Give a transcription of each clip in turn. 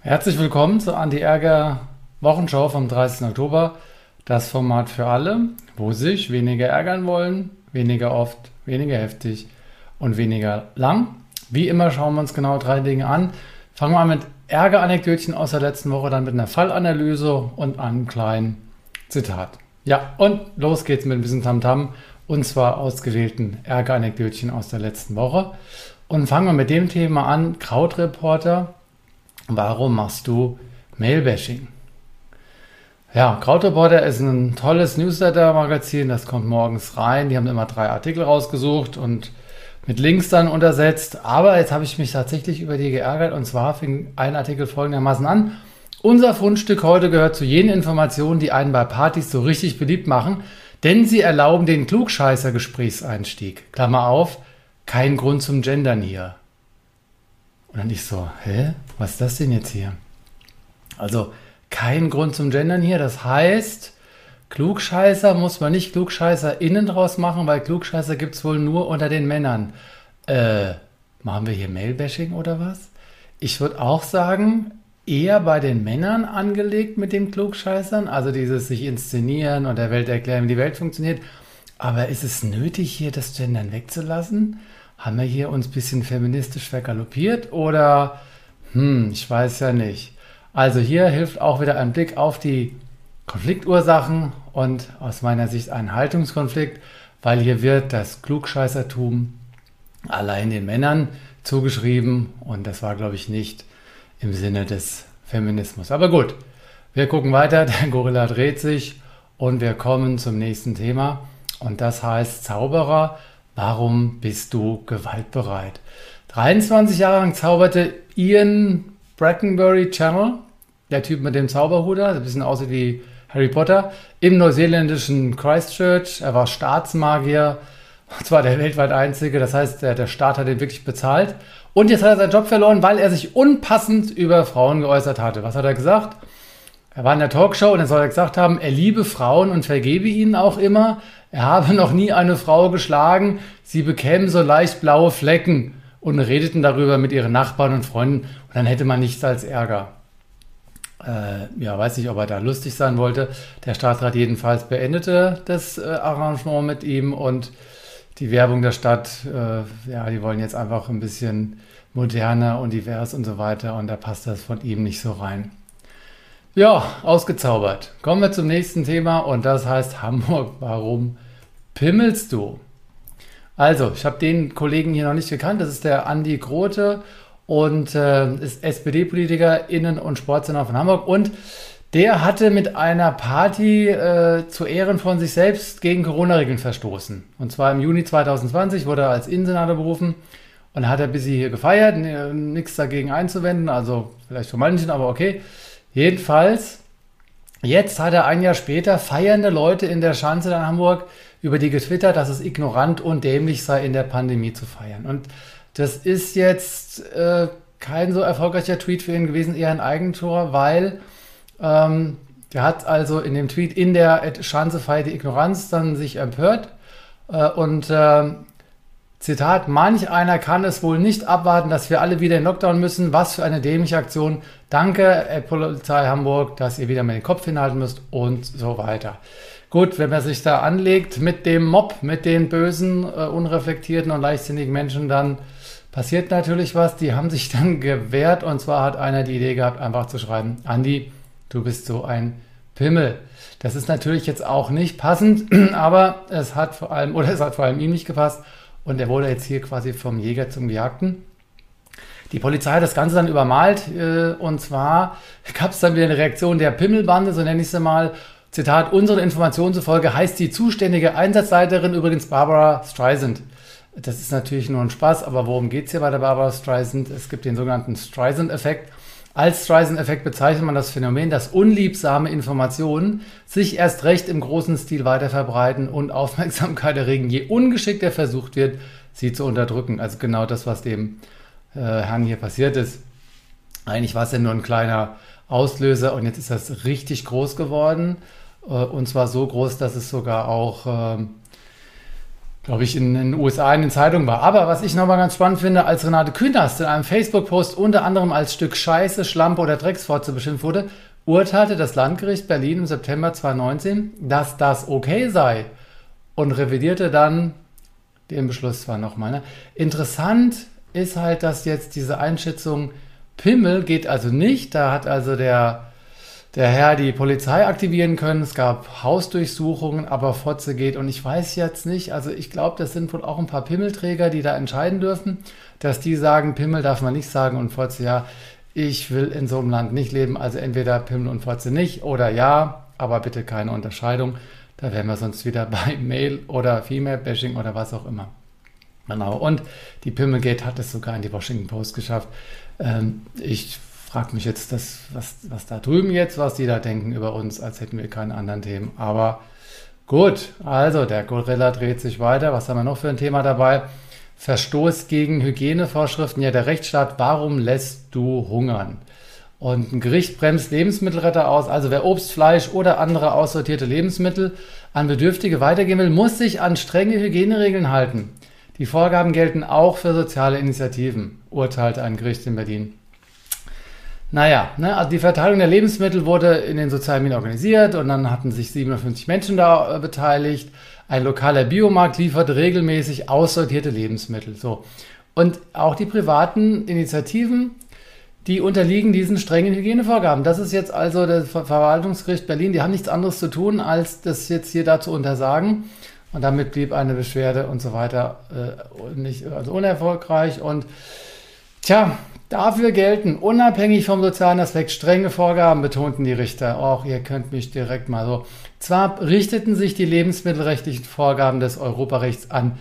Herzlich willkommen zur Anti-Ärger-Wochenschau vom 30. Oktober. Das Format für alle, wo sich weniger ärgern wollen, weniger oft, weniger heftig und weniger lang. Wie immer schauen wir uns genau 3 Dinge an. Fangen wir an mit Ärger-Anekdötchen aus der letzten Woche, dann mit einer Fallanalyse und einem kleinen Zitat. Ja, und los geht's mit ein bisschen Tamtam, und zwar ausgewählten Ärger-Anekdötchen aus der letzten Woche. Und fangen wir mit dem Thema an, Krautreporter. Warum machst du Mailbashing? Ja, Krautreporter ist ein tolles Newsletter-Magazin, das kommt morgens rein. Die haben immer 3 Artikel rausgesucht und mit Links dann untersetzt. Aber jetzt habe ich mich tatsächlich über die geärgert, und zwar fing ein Artikel folgendermaßen an. Unser Fundstück heute gehört zu jenen Informationen, die einen bei Partys so richtig beliebt machen, denn sie erlauben den Klugscheißer-Gesprächseinstieg. Klammer auf, kein Grund zum Gendern hier. Und dann ich so, was ist das denn jetzt hier? Also, kein Grund zum Gendern hier, das heißt, Klugscheißer muss man nicht KlugscheißerInnen draus machen, weil Klugscheißer gibt es wohl nur unter den Männern. Machen wir hier Mailbashing oder was? Ich würde auch sagen, eher bei den Männern angelegt mit den Klugscheißern, also dieses sich inszenieren und der Welt erklären, wie die Welt funktioniert. Aber ist es nötig, hier das Gendern wegzulassen? Haben wir hier uns ein bisschen feministisch vergaloppiert oder, ich weiß ja nicht. Also hier hilft auch wieder ein Blick auf die Konfliktursachen und aus meiner Sicht ein Haltungskonflikt, weil hier wird das Klugscheißertum allein den Männern zugeschrieben und das war, glaube ich, nicht im Sinne des Feminismus. Aber gut, wir gucken weiter, der Gorilla dreht sich und wir kommen zum nächsten Thema und das heißt Zauberer. Warum bist du gewaltbereit? 23 Jahre lang zauberte Ian Brackenbury Channel, der Typ mit dem Zauberhut, der ein bisschen aussieht wie Harry Potter, im neuseeländischen Christchurch. Er war Staatsmagier, und zwar der weltweit einzige. Das heißt, der Staat hat ihn wirklich bezahlt. Und jetzt hat er seinen Job verloren, weil er sich unpassend über Frauen geäußert hatte. Was hat er gesagt? Er war in der Talkshow und dann soll er gesagt haben, er liebe Frauen und vergebe ihnen auch immer. Er habe noch nie eine Frau geschlagen, sie bekämen so leicht blaue Flecken und redeten darüber mit ihren Nachbarn und Freunden und dann hätte man nichts als Ärger. Weiß nicht, ob er da lustig sein wollte. Der Staatsrat jedenfalls beendete das Arrangement mit ihm und die Werbung der Stadt, die wollen jetzt einfach ein bisschen moderner und divers und so weiter und da passt das von ihm nicht so rein. Ja, ausgezaubert. Kommen wir zum nächsten Thema und das heißt Hamburg. Warum pimmelst du? Also, ich habe den Kollegen hier noch nicht gekannt. Das ist der Andi Grote und ist SPD-Politiker, Innen- und Sportsenator von Hamburg. Und der hatte mit einer Party zu Ehren von sich selbst gegen Corona-Regeln verstoßen. Und zwar im Juni 2020 wurde er als Innensenator berufen und hat er bis hier gefeiert. Nichts dagegen einzuwenden, also vielleicht von manchen, aber okay. Jedenfalls, jetzt hat er ein Jahr später feiernde Leute in der Schanze in Hamburg über die getwittert, dass es ignorant und dämlich sei, in der Pandemie zu feiern. Und das ist jetzt kein so erfolgreicher Tweet für ihn gewesen, eher ein Eigentor, weil der hat also in dem Tweet in der Schanze feiert die Ignoranz dann sich empört und Zitat, manch einer kann es wohl nicht abwarten, dass wir alle wieder in Lockdown müssen. Was für eine dämliche Aktion. Danke, Polizei Hamburg, dass ihr wieder mal den Kopf hinhalten müsst und so weiter. Gut, wenn man sich da anlegt mit dem Mob, mit den bösen, unreflektierten und leichtsinnigen Menschen, dann passiert natürlich was. Die haben sich dann gewehrt und zwar hat einer die Idee gehabt, einfach zu schreiben, Andi, du bist so ein Pimmel. Das ist natürlich jetzt auch nicht passend, aber es hat vor allem ihm nicht gepasst. Und er wurde jetzt hier quasi vom Jäger zum Gejagten. Die Polizei hat das Ganze dann übermalt. Und zwar gab es dann wieder eine Reaktion der Pimmelbande, so nenne ich sie mal. Zitat, unseren Informationen zufolge heißt die zuständige Einsatzleiterin übrigens Barbara Streisand. Das ist natürlich nur ein Spaß, aber worum geht es hier bei der Barbara Streisand? Es gibt den sogenannten Streisand-Effekt. Als Streisand-Effekt bezeichnet man das Phänomen, dass unliebsame Informationen sich erst recht im großen Stil weiterverbreiten und Aufmerksamkeit erregen, je ungeschickter versucht wird, sie zu unterdrücken. Also genau das, was dem Herrn hier passiert ist. Eigentlich war es ja nur ein kleiner Auslöser und jetzt ist das richtig groß geworden. Und zwar so groß, dass es sogar auch glaube ich, in den USA in den Zeitungen war. Aber was ich nochmal ganz spannend finde, als Renate Künast in einem Facebook-Post unter anderem als Stück Scheiße, Schlampe oder Drecksfotze beschimpft wurde, urteilte das Landgericht Berlin im September 2019, dass das okay sei und revidierte dann den Beschluss zwar nochmal. Ne? Interessant ist halt, dass jetzt diese Einschätzung Pimmel geht also nicht. Da hat also der Herr die Polizei aktivieren können. Es gab Hausdurchsuchungen, aber Fotze geht. Und ich weiß jetzt nicht, also ich glaube, das sind wohl auch ein paar Pimmelträger, die da entscheiden dürfen, dass die sagen, Pimmel darf man nicht sagen und Fotze ja. Ich will in so einem Land nicht leben, also entweder Pimmel und Fotze nicht oder ja, aber bitte keine Unterscheidung. Da wären wir sonst wieder bei Male oder Female-Bashing oder was auch immer. Genau, und die Pimmelgate hat es sogar in die Washington Post geschafft. Ich frage mich jetzt, was da drüben jetzt, was die da denken über uns, als hätten wir keine anderen Themen. Aber gut, also der Gorilla dreht sich weiter. Was haben wir noch für ein Thema dabei? Verstoß gegen Hygienevorschriften. Ja, der Rechtsstaat, warum lässt du hungern? Und ein Gericht bremst Lebensmittelretter aus. Also wer Obst, Fleisch oder andere aussortierte Lebensmittel an Bedürftige weitergeben will, muss sich an strenge Hygieneregeln halten. Die Vorgaben gelten auch für soziale Initiativen, urteilte ein Gericht in Berlin. Naja, also die Verteilung der Lebensmittel wurde in den sozialen Medien organisiert und dann hatten sich 750 Menschen da beteiligt. Ein lokaler Biomarkt liefert regelmäßig aussortierte Lebensmittel. So. Und auch die privaten Initiativen, die unterliegen diesen strengen Hygienevorgaben. Das ist jetzt also das Verwaltungsgericht Berlin. Die haben nichts anderes zu tun, als das jetzt hier da zu untersagen. Und damit blieb eine Beschwerde und so weiter unerfolgreich. Und dafür gelten unabhängig vom sozialen Aspekt strenge Vorgaben, betonten die Richter. Auch ihr könnt mich direkt mal so. Zwar richteten sich die lebensmittelrechtlichen Vorgaben des Europarechts an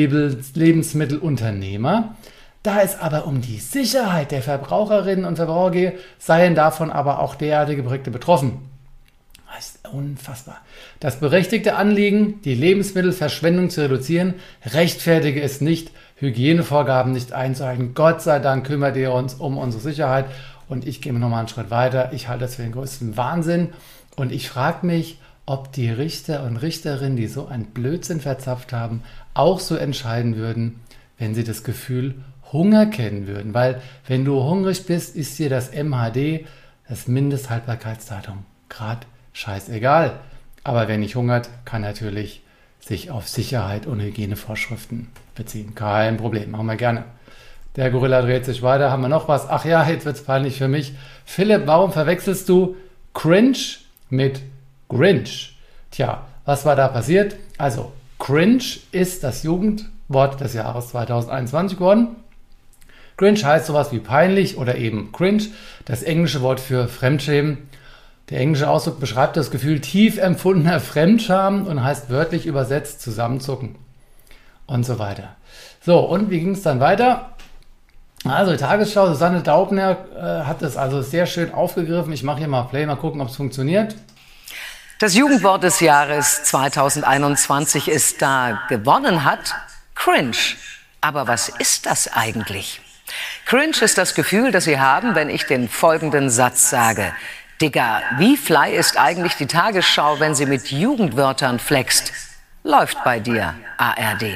Lebensmittelunternehmer, da es aber um die Sicherheit der Verbraucherinnen und Verbraucher gehe, seien davon aber auch derartige Projekte betroffen. Das ist unfassbar. Das berechtigte Anliegen, die Lebensmittelverschwendung zu reduzieren, rechtfertige es nicht, Hygienevorgaben nicht einzuhalten. Gott sei Dank kümmert ihr uns um unsere Sicherheit. Und ich gehe nochmal einen Schritt weiter. Ich halte das für den größten Wahnsinn. Und ich frage mich, ob die Richter und Richterinnen, die so einen Blödsinn verzapft haben, auch so entscheiden würden, wenn sie das Gefühl Hunger kennen würden. Weil wenn du hungrig bist, ist dir das MHD, das Mindesthaltbarkeitsdatum, gerade scheißegal. Aber wer nicht hungert, kann natürlich sich auf Sicherheit und Hygienevorschriften beziehen. Kein Problem, machen wir gerne. Der Gorilla dreht sich weiter. Haben wir noch was? Ach ja, jetzt wird's peinlich für mich. Philipp, warum verwechselst du Cringe mit Grinch? Tja, was war da passiert? Also, Cringe ist das Jugendwort des Jahres 2021 geworden. Grinch heißt sowas wie peinlich oder eben cringe, das englische Wort für Fremdschämen. Der englische Ausdruck beschreibt das Gefühl tief empfundener Fremdscham und heißt wörtlich übersetzt zusammenzucken und so weiter. So, und wie ging es dann weiter? Also die Tagesschau, Susanne Daubner hat das also sehr schön aufgegriffen. Ich mache hier mal Play, mal gucken, ob es funktioniert. Das Jugendwort des Jahres 2021 ist da. Gewonnen hat Cringe. Aber was ist das eigentlich? Cringe ist das Gefühl, das Sie haben, wenn ich den folgenden Satz sage. Digga, wie fly ist eigentlich die Tagesschau, wenn sie mit Jugendwörtern flext? Läuft bei dir, ARD.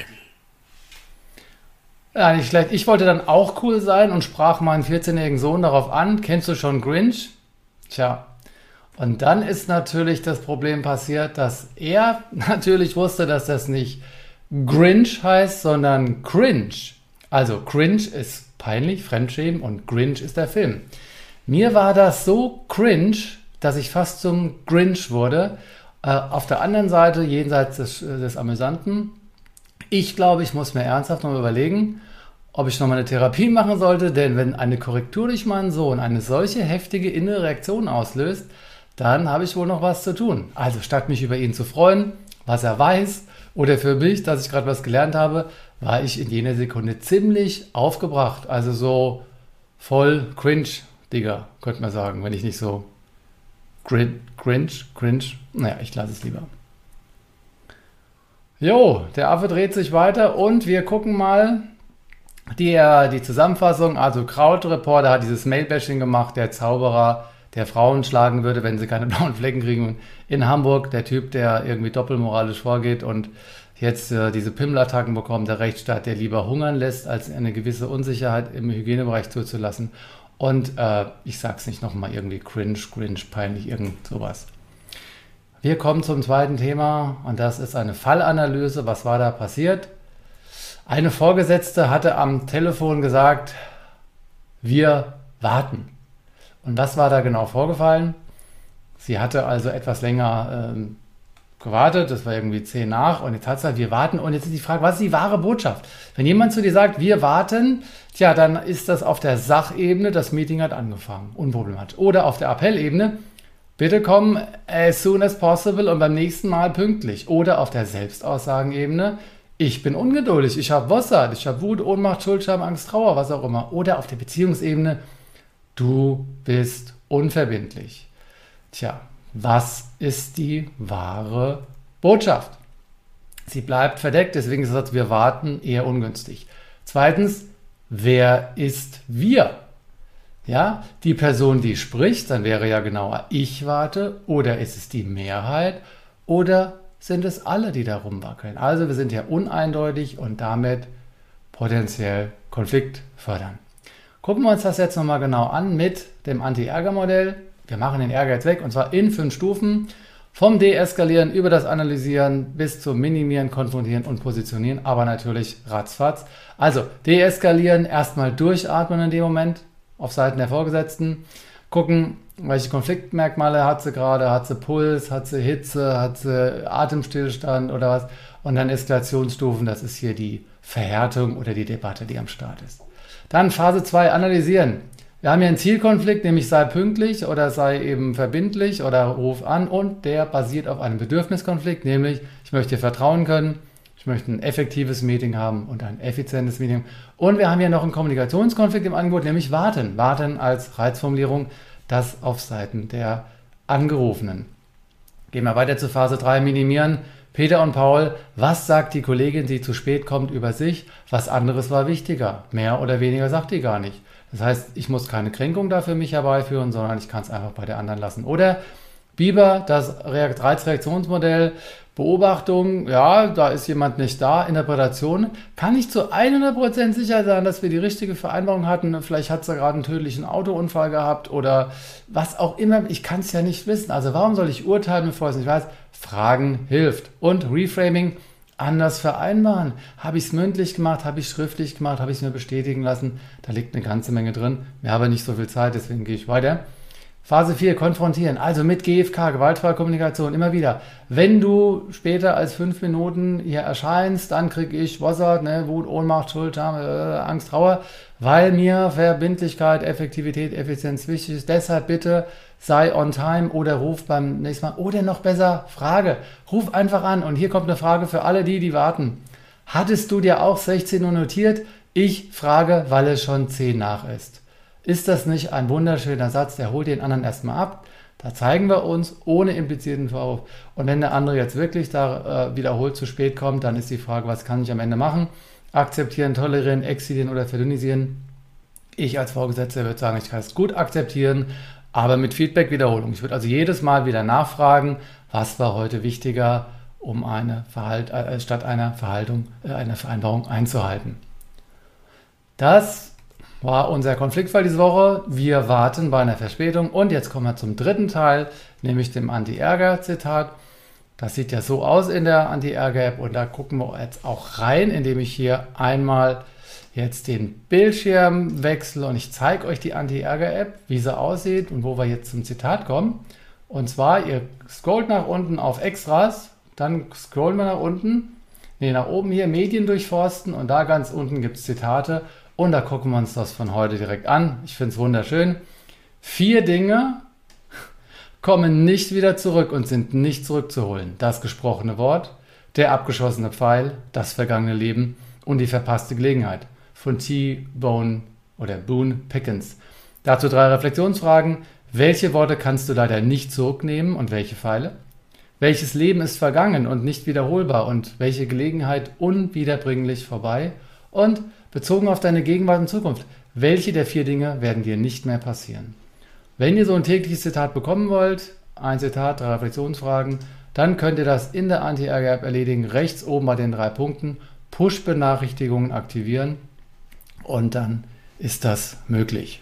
Ja, nicht schlecht. Ich wollte dann auch cool sein und sprach meinen 14-jährigen Sohn darauf an. Kennst du schon Grinch? Tja, und dann ist natürlich das Problem passiert, dass er natürlich wusste, dass das nicht Grinch heißt, sondern Cringe. Also Cringe ist peinlich, Fremdschämen und Grinch ist der Film. Mir war das so cringe, dass ich fast zum Grinch wurde. Auf der anderen Seite, jenseits des Amüsanten, ich glaube, ich muss mir ernsthaft noch überlegen, ob ich nochmal eine Therapie machen sollte, denn wenn eine Korrektur durch meinen Sohn eine solche heftige innere Reaktion auslöst, dann habe ich wohl noch was zu tun. Also statt mich über ihn zu freuen, was er weiß, oder für mich, dass ich gerade was gelernt habe, war ich in jener Sekunde ziemlich aufgebracht. Also so voll cringe. Digga, könnte man sagen, wenn ich nicht so cringe, naja, ich lasse es lieber. Jo, der Affe dreht sich weiter und wir gucken mal die Zusammenfassung. Also Krautreporter hat dieses Mailbashing gemacht, der Zauberer, der Frauen schlagen würde, wenn sie keine blauen Flecken kriegen in Hamburg, der Typ, der irgendwie doppelmoralisch vorgeht und jetzt diese Pimmelattacken bekommt, der Rechtsstaat, der lieber hungern lässt, als eine gewisse Unsicherheit im Hygienebereich zuzulassen. Und ich sag's nicht nochmal, irgendwie cringe, peinlich, irgend sowas. Wir kommen zum zweiten Thema und das ist eine Fallanalyse. Was war da passiert? Eine Vorgesetzte hatte am Telefon gesagt, wir warten. Und was war da genau vorgefallen? Sie hatte also etwas länger gewartet, das war irgendwie 10 nach und jetzt hat sie gesagt, wir warten. Und jetzt ist die Frage, was ist die wahre Botschaft? Wenn jemand zu dir sagt, wir warten, tja, dann ist das auf der Sachebene, das Meeting hat angefangen, unproblematisch. Oder auf der Appellebene, bitte kommen as soon as possible und beim nächsten Mal pünktlich. Oder auf der Selbstaussagenebene, ich bin ungeduldig, ich habe Wasser, ich habe Wut, Ohnmacht, Schuld, Scham, Angst, Trauer, was auch immer. Oder auf der Beziehungsebene, du bist unverbindlich. Tja, was ist die wahre Botschaft? Sie bleibt verdeckt, deswegen ist das, wir warten, eher ungünstig. Zweitens, wer ist wir? Ja, die Person, die spricht, dann wäre ja genauer, ich warte, oder ist es die Mehrheit, oder sind es alle, die da rumwackeln? Also wir sind ja uneindeutig und damit potenziell Konflikt fördern. Gucken wir uns das jetzt nochmal genau an mit dem Anti-Ärger-Modell. Wir machen den Ärger jetzt weg und zwar in 5 Stufen. Vom Deeskalieren über das Analysieren bis zum Minimieren, Konfrontieren und Positionieren, aber natürlich ratzfatz. Also deeskalieren, erstmal durchatmen in dem Moment auf Seiten der Vorgesetzten, gucken, welche Konfliktmerkmale hat sie gerade, hat sie Puls, hat sie Hitze, hat sie Atemstillstand oder was und dann Eskalationsstufen, das ist hier die Verhärtung oder die Debatte, die am Start ist. Dann Phase 2, analysieren. Wir haben hier einen Zielkonflikt, nämlich sei pünktlich oder sei eben verbindlich oder ruf an und der basiert auf einem Bedürfniskonflikt, nämlich ich möchte dir vertrauen können, ich möchte ein effektives Meeting haben und ein effizientes Meeting. Und wir haben hier noch einen Kommunikationskonflikt im Angebot, nämlich warten. Warten als Reizformulierung, das auf Seiten der Angerufenen. Gehen wir weiter zu Phase 3, minimieren. Peter und Paul, was sagt die Kollegin, die zu spät kommt, über sich? Was anderes war wichtiger? Mehr oder weniger sagt die gar nicht. Das heißt, ich muss keine Kränkung da für mich herbeiführen, sondern ich kann es einfach bei der anderen lassen. Oder Bieber, das Reizreaktionsmodell, Beobachtung, ja, da ist jemand nicht da, Interpretation. Kann ich zu 100% sicher sein, dass wir die richtige Vereinbarung hatten? Vielleicht hat sie gerade einen tödlichen Autounfall gehabt oder was auch immer. Ich kann es ja nicht wissen. Also warum soll ich urteilen, bevor ich es nicht weiß? Fragen hilft. Und Reframing, anders vereinbaren. Habe ich es mündlich gemacht, habe ich es schriftlich gemacht, habe ich es mir bestätigen lassen? Da liegt eine ganze Menge drin. Wir haben nicht so viel Zeit, deswegen gehe ich weiter. Phase 4, konfrontieren. Also mit GFK, gewaltfreie Kommunikation, immer wieder. Wenn du später als 5 Minuten hier erscheinst, dann kriege ich Wasser, Wut, Ohnmacht, Schuld, Angst, Trauer, weil mir Verbindlichkeit, Effektivität, Effizienz wichtig ist. Deshalb bitte sei on time oder ruf beim nächsten Mal. Oder noch besser, Frage. Ruf einfach an. Und hier kommt eine Frage für alle die warten. Hattest du dir auch 16 Uhr notiert? Ich frage, weil es schon 10 nach ist. Ist das nicht ein wunderschöner Satz, der holt den anderen erstmal ab? Da zeigen wir uns ohne implizierten Vorwurf. Und wenn der andere jetzt wirklich da wiederholt zu spät kommt, dann ist die Frage, was kann ich am Ende machen? Akzeptieren, tolerieren, exilieren oder verdünnisieren? Ich als Vorgesetzter würde sagen, ich kann es gut akzeptieren, aber mit Feedback-Wiederholung. Ich würde also jedes Mal wieder nachfragen, was war heute wichtiger, um statt einer Vereinbarung einzuhalten. Das war unser Konfliktfall diese Woche. Wir warten bei einer Verspätung. Und jetzt kommen wir zum dritten Teil, nämlich dem Anti-Ärger-Zitat. Das sieht ja so aus in der Anti-Ärger-App und da gucken wir jetzt auch rein, indem ich hier einmal jetzt den Bildschirm wechsle und ich zeige euch die Anti-Ärger-App, wie sie aussieht und wo wir jetzt zum Zitat kommen. Und zwar, ihr scrollt nach unten auf Extras, dann scrollen wir nach oben hier, Medien durchforsten und da ganz unten gibt es Zitate. Und da gucken wir uns das von heute direkt an. Ich finde es wunderschön. 4 Dinge kommen nicht wieder zurück und sind nicht zurückzuholen. Das gesprochene Wort, der abgeschossene Pfeil, das vergangene Leben und die verpasste Gelegenheit. Von Boone Pickens. Dazu 3 Reflexionsfragen. Welche Worte kannst du leider nicht zurücknehmen und welche Pfeile? Welches Leben ist vergangen und nicht wiederholbar und welche Gelegenheit unwiederbringlich vorbei? Und bezogen auf deine Gegenwart und Zukunft, welche der 4 Dinge werden dir nicht mehr passieren? Wenn ihr so ein tägliches Zitat bekommen wollt, ein Zitat, 3 Reflexionsfragen, dann könnt ihr das in der Anti-Ärger-App erledigen, rechts oben bei den 3 Punkten, Push-Benachrichtigungen aktivieren und dann ist das möglich.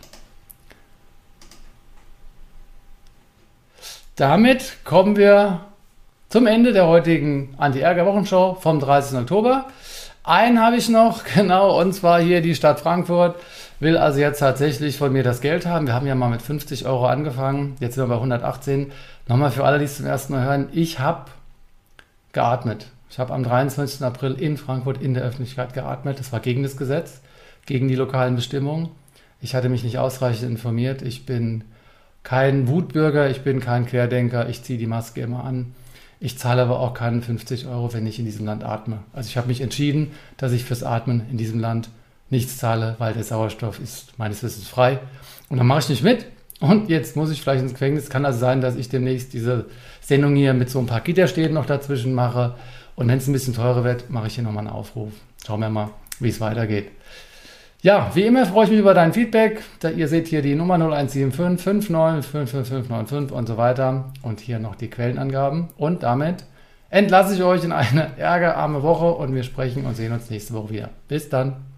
Damit kommen wir zum Ende der heutigen Anti-Ärger-Wochenschau vom 30. Oktober. Einen habe ich noch, genau, und zwar hier die Stadt Frankfurt will also jetzt tatsächlich von mir das Geld haben. Wir haben ja mal mit 50 Euro angefangen, jetzt sind wir bei 118. Nochmal für alle, die es zum ersten Mal hören, ich habe geatmet. Ich habe am 23. April in Frankfurt in der Öffentlichkeit geatmet. Das war gegen das Gesetz, gegen die lokalen Bestimmungen. Ich hatte mich nicht ausreichend informiert. Ich bin kein Wutbürger, ich bin kein Querdenker. Ich ziehe die Maske immer an. Ich zahle aber auch keine 50 Euro, wenn ich in diesem Land atme. Also ich habe mich entschieden, dass ich fürs Atmen in diesem Land nichts zahle, weil der Sauerstoff ist meines Wissens frei. Und dann mache ich nicht mit. Und jetzt muss ich vielleicht ins Gefängnis. Kann also sein, dass ich demnächst diese Sendung hier mit so ein paar Gitterstäben noch dazwischen mache. Und wenn es ein bisschen teurer wird, mache ich hier nochmal einen Aufruf. Schauen wir mal, wie es weitergeht. Ja, wie immer freue ich mich über dein Feedback. Ihr seht hier die Nummer 0175 59 55595 und so weiter. Und hier noch die Quellenangaben. Und damit entlasse ich euch in eine ärgerarme Woche und wir sprechen und sehen uns nächste Woche wieder. Bis dann.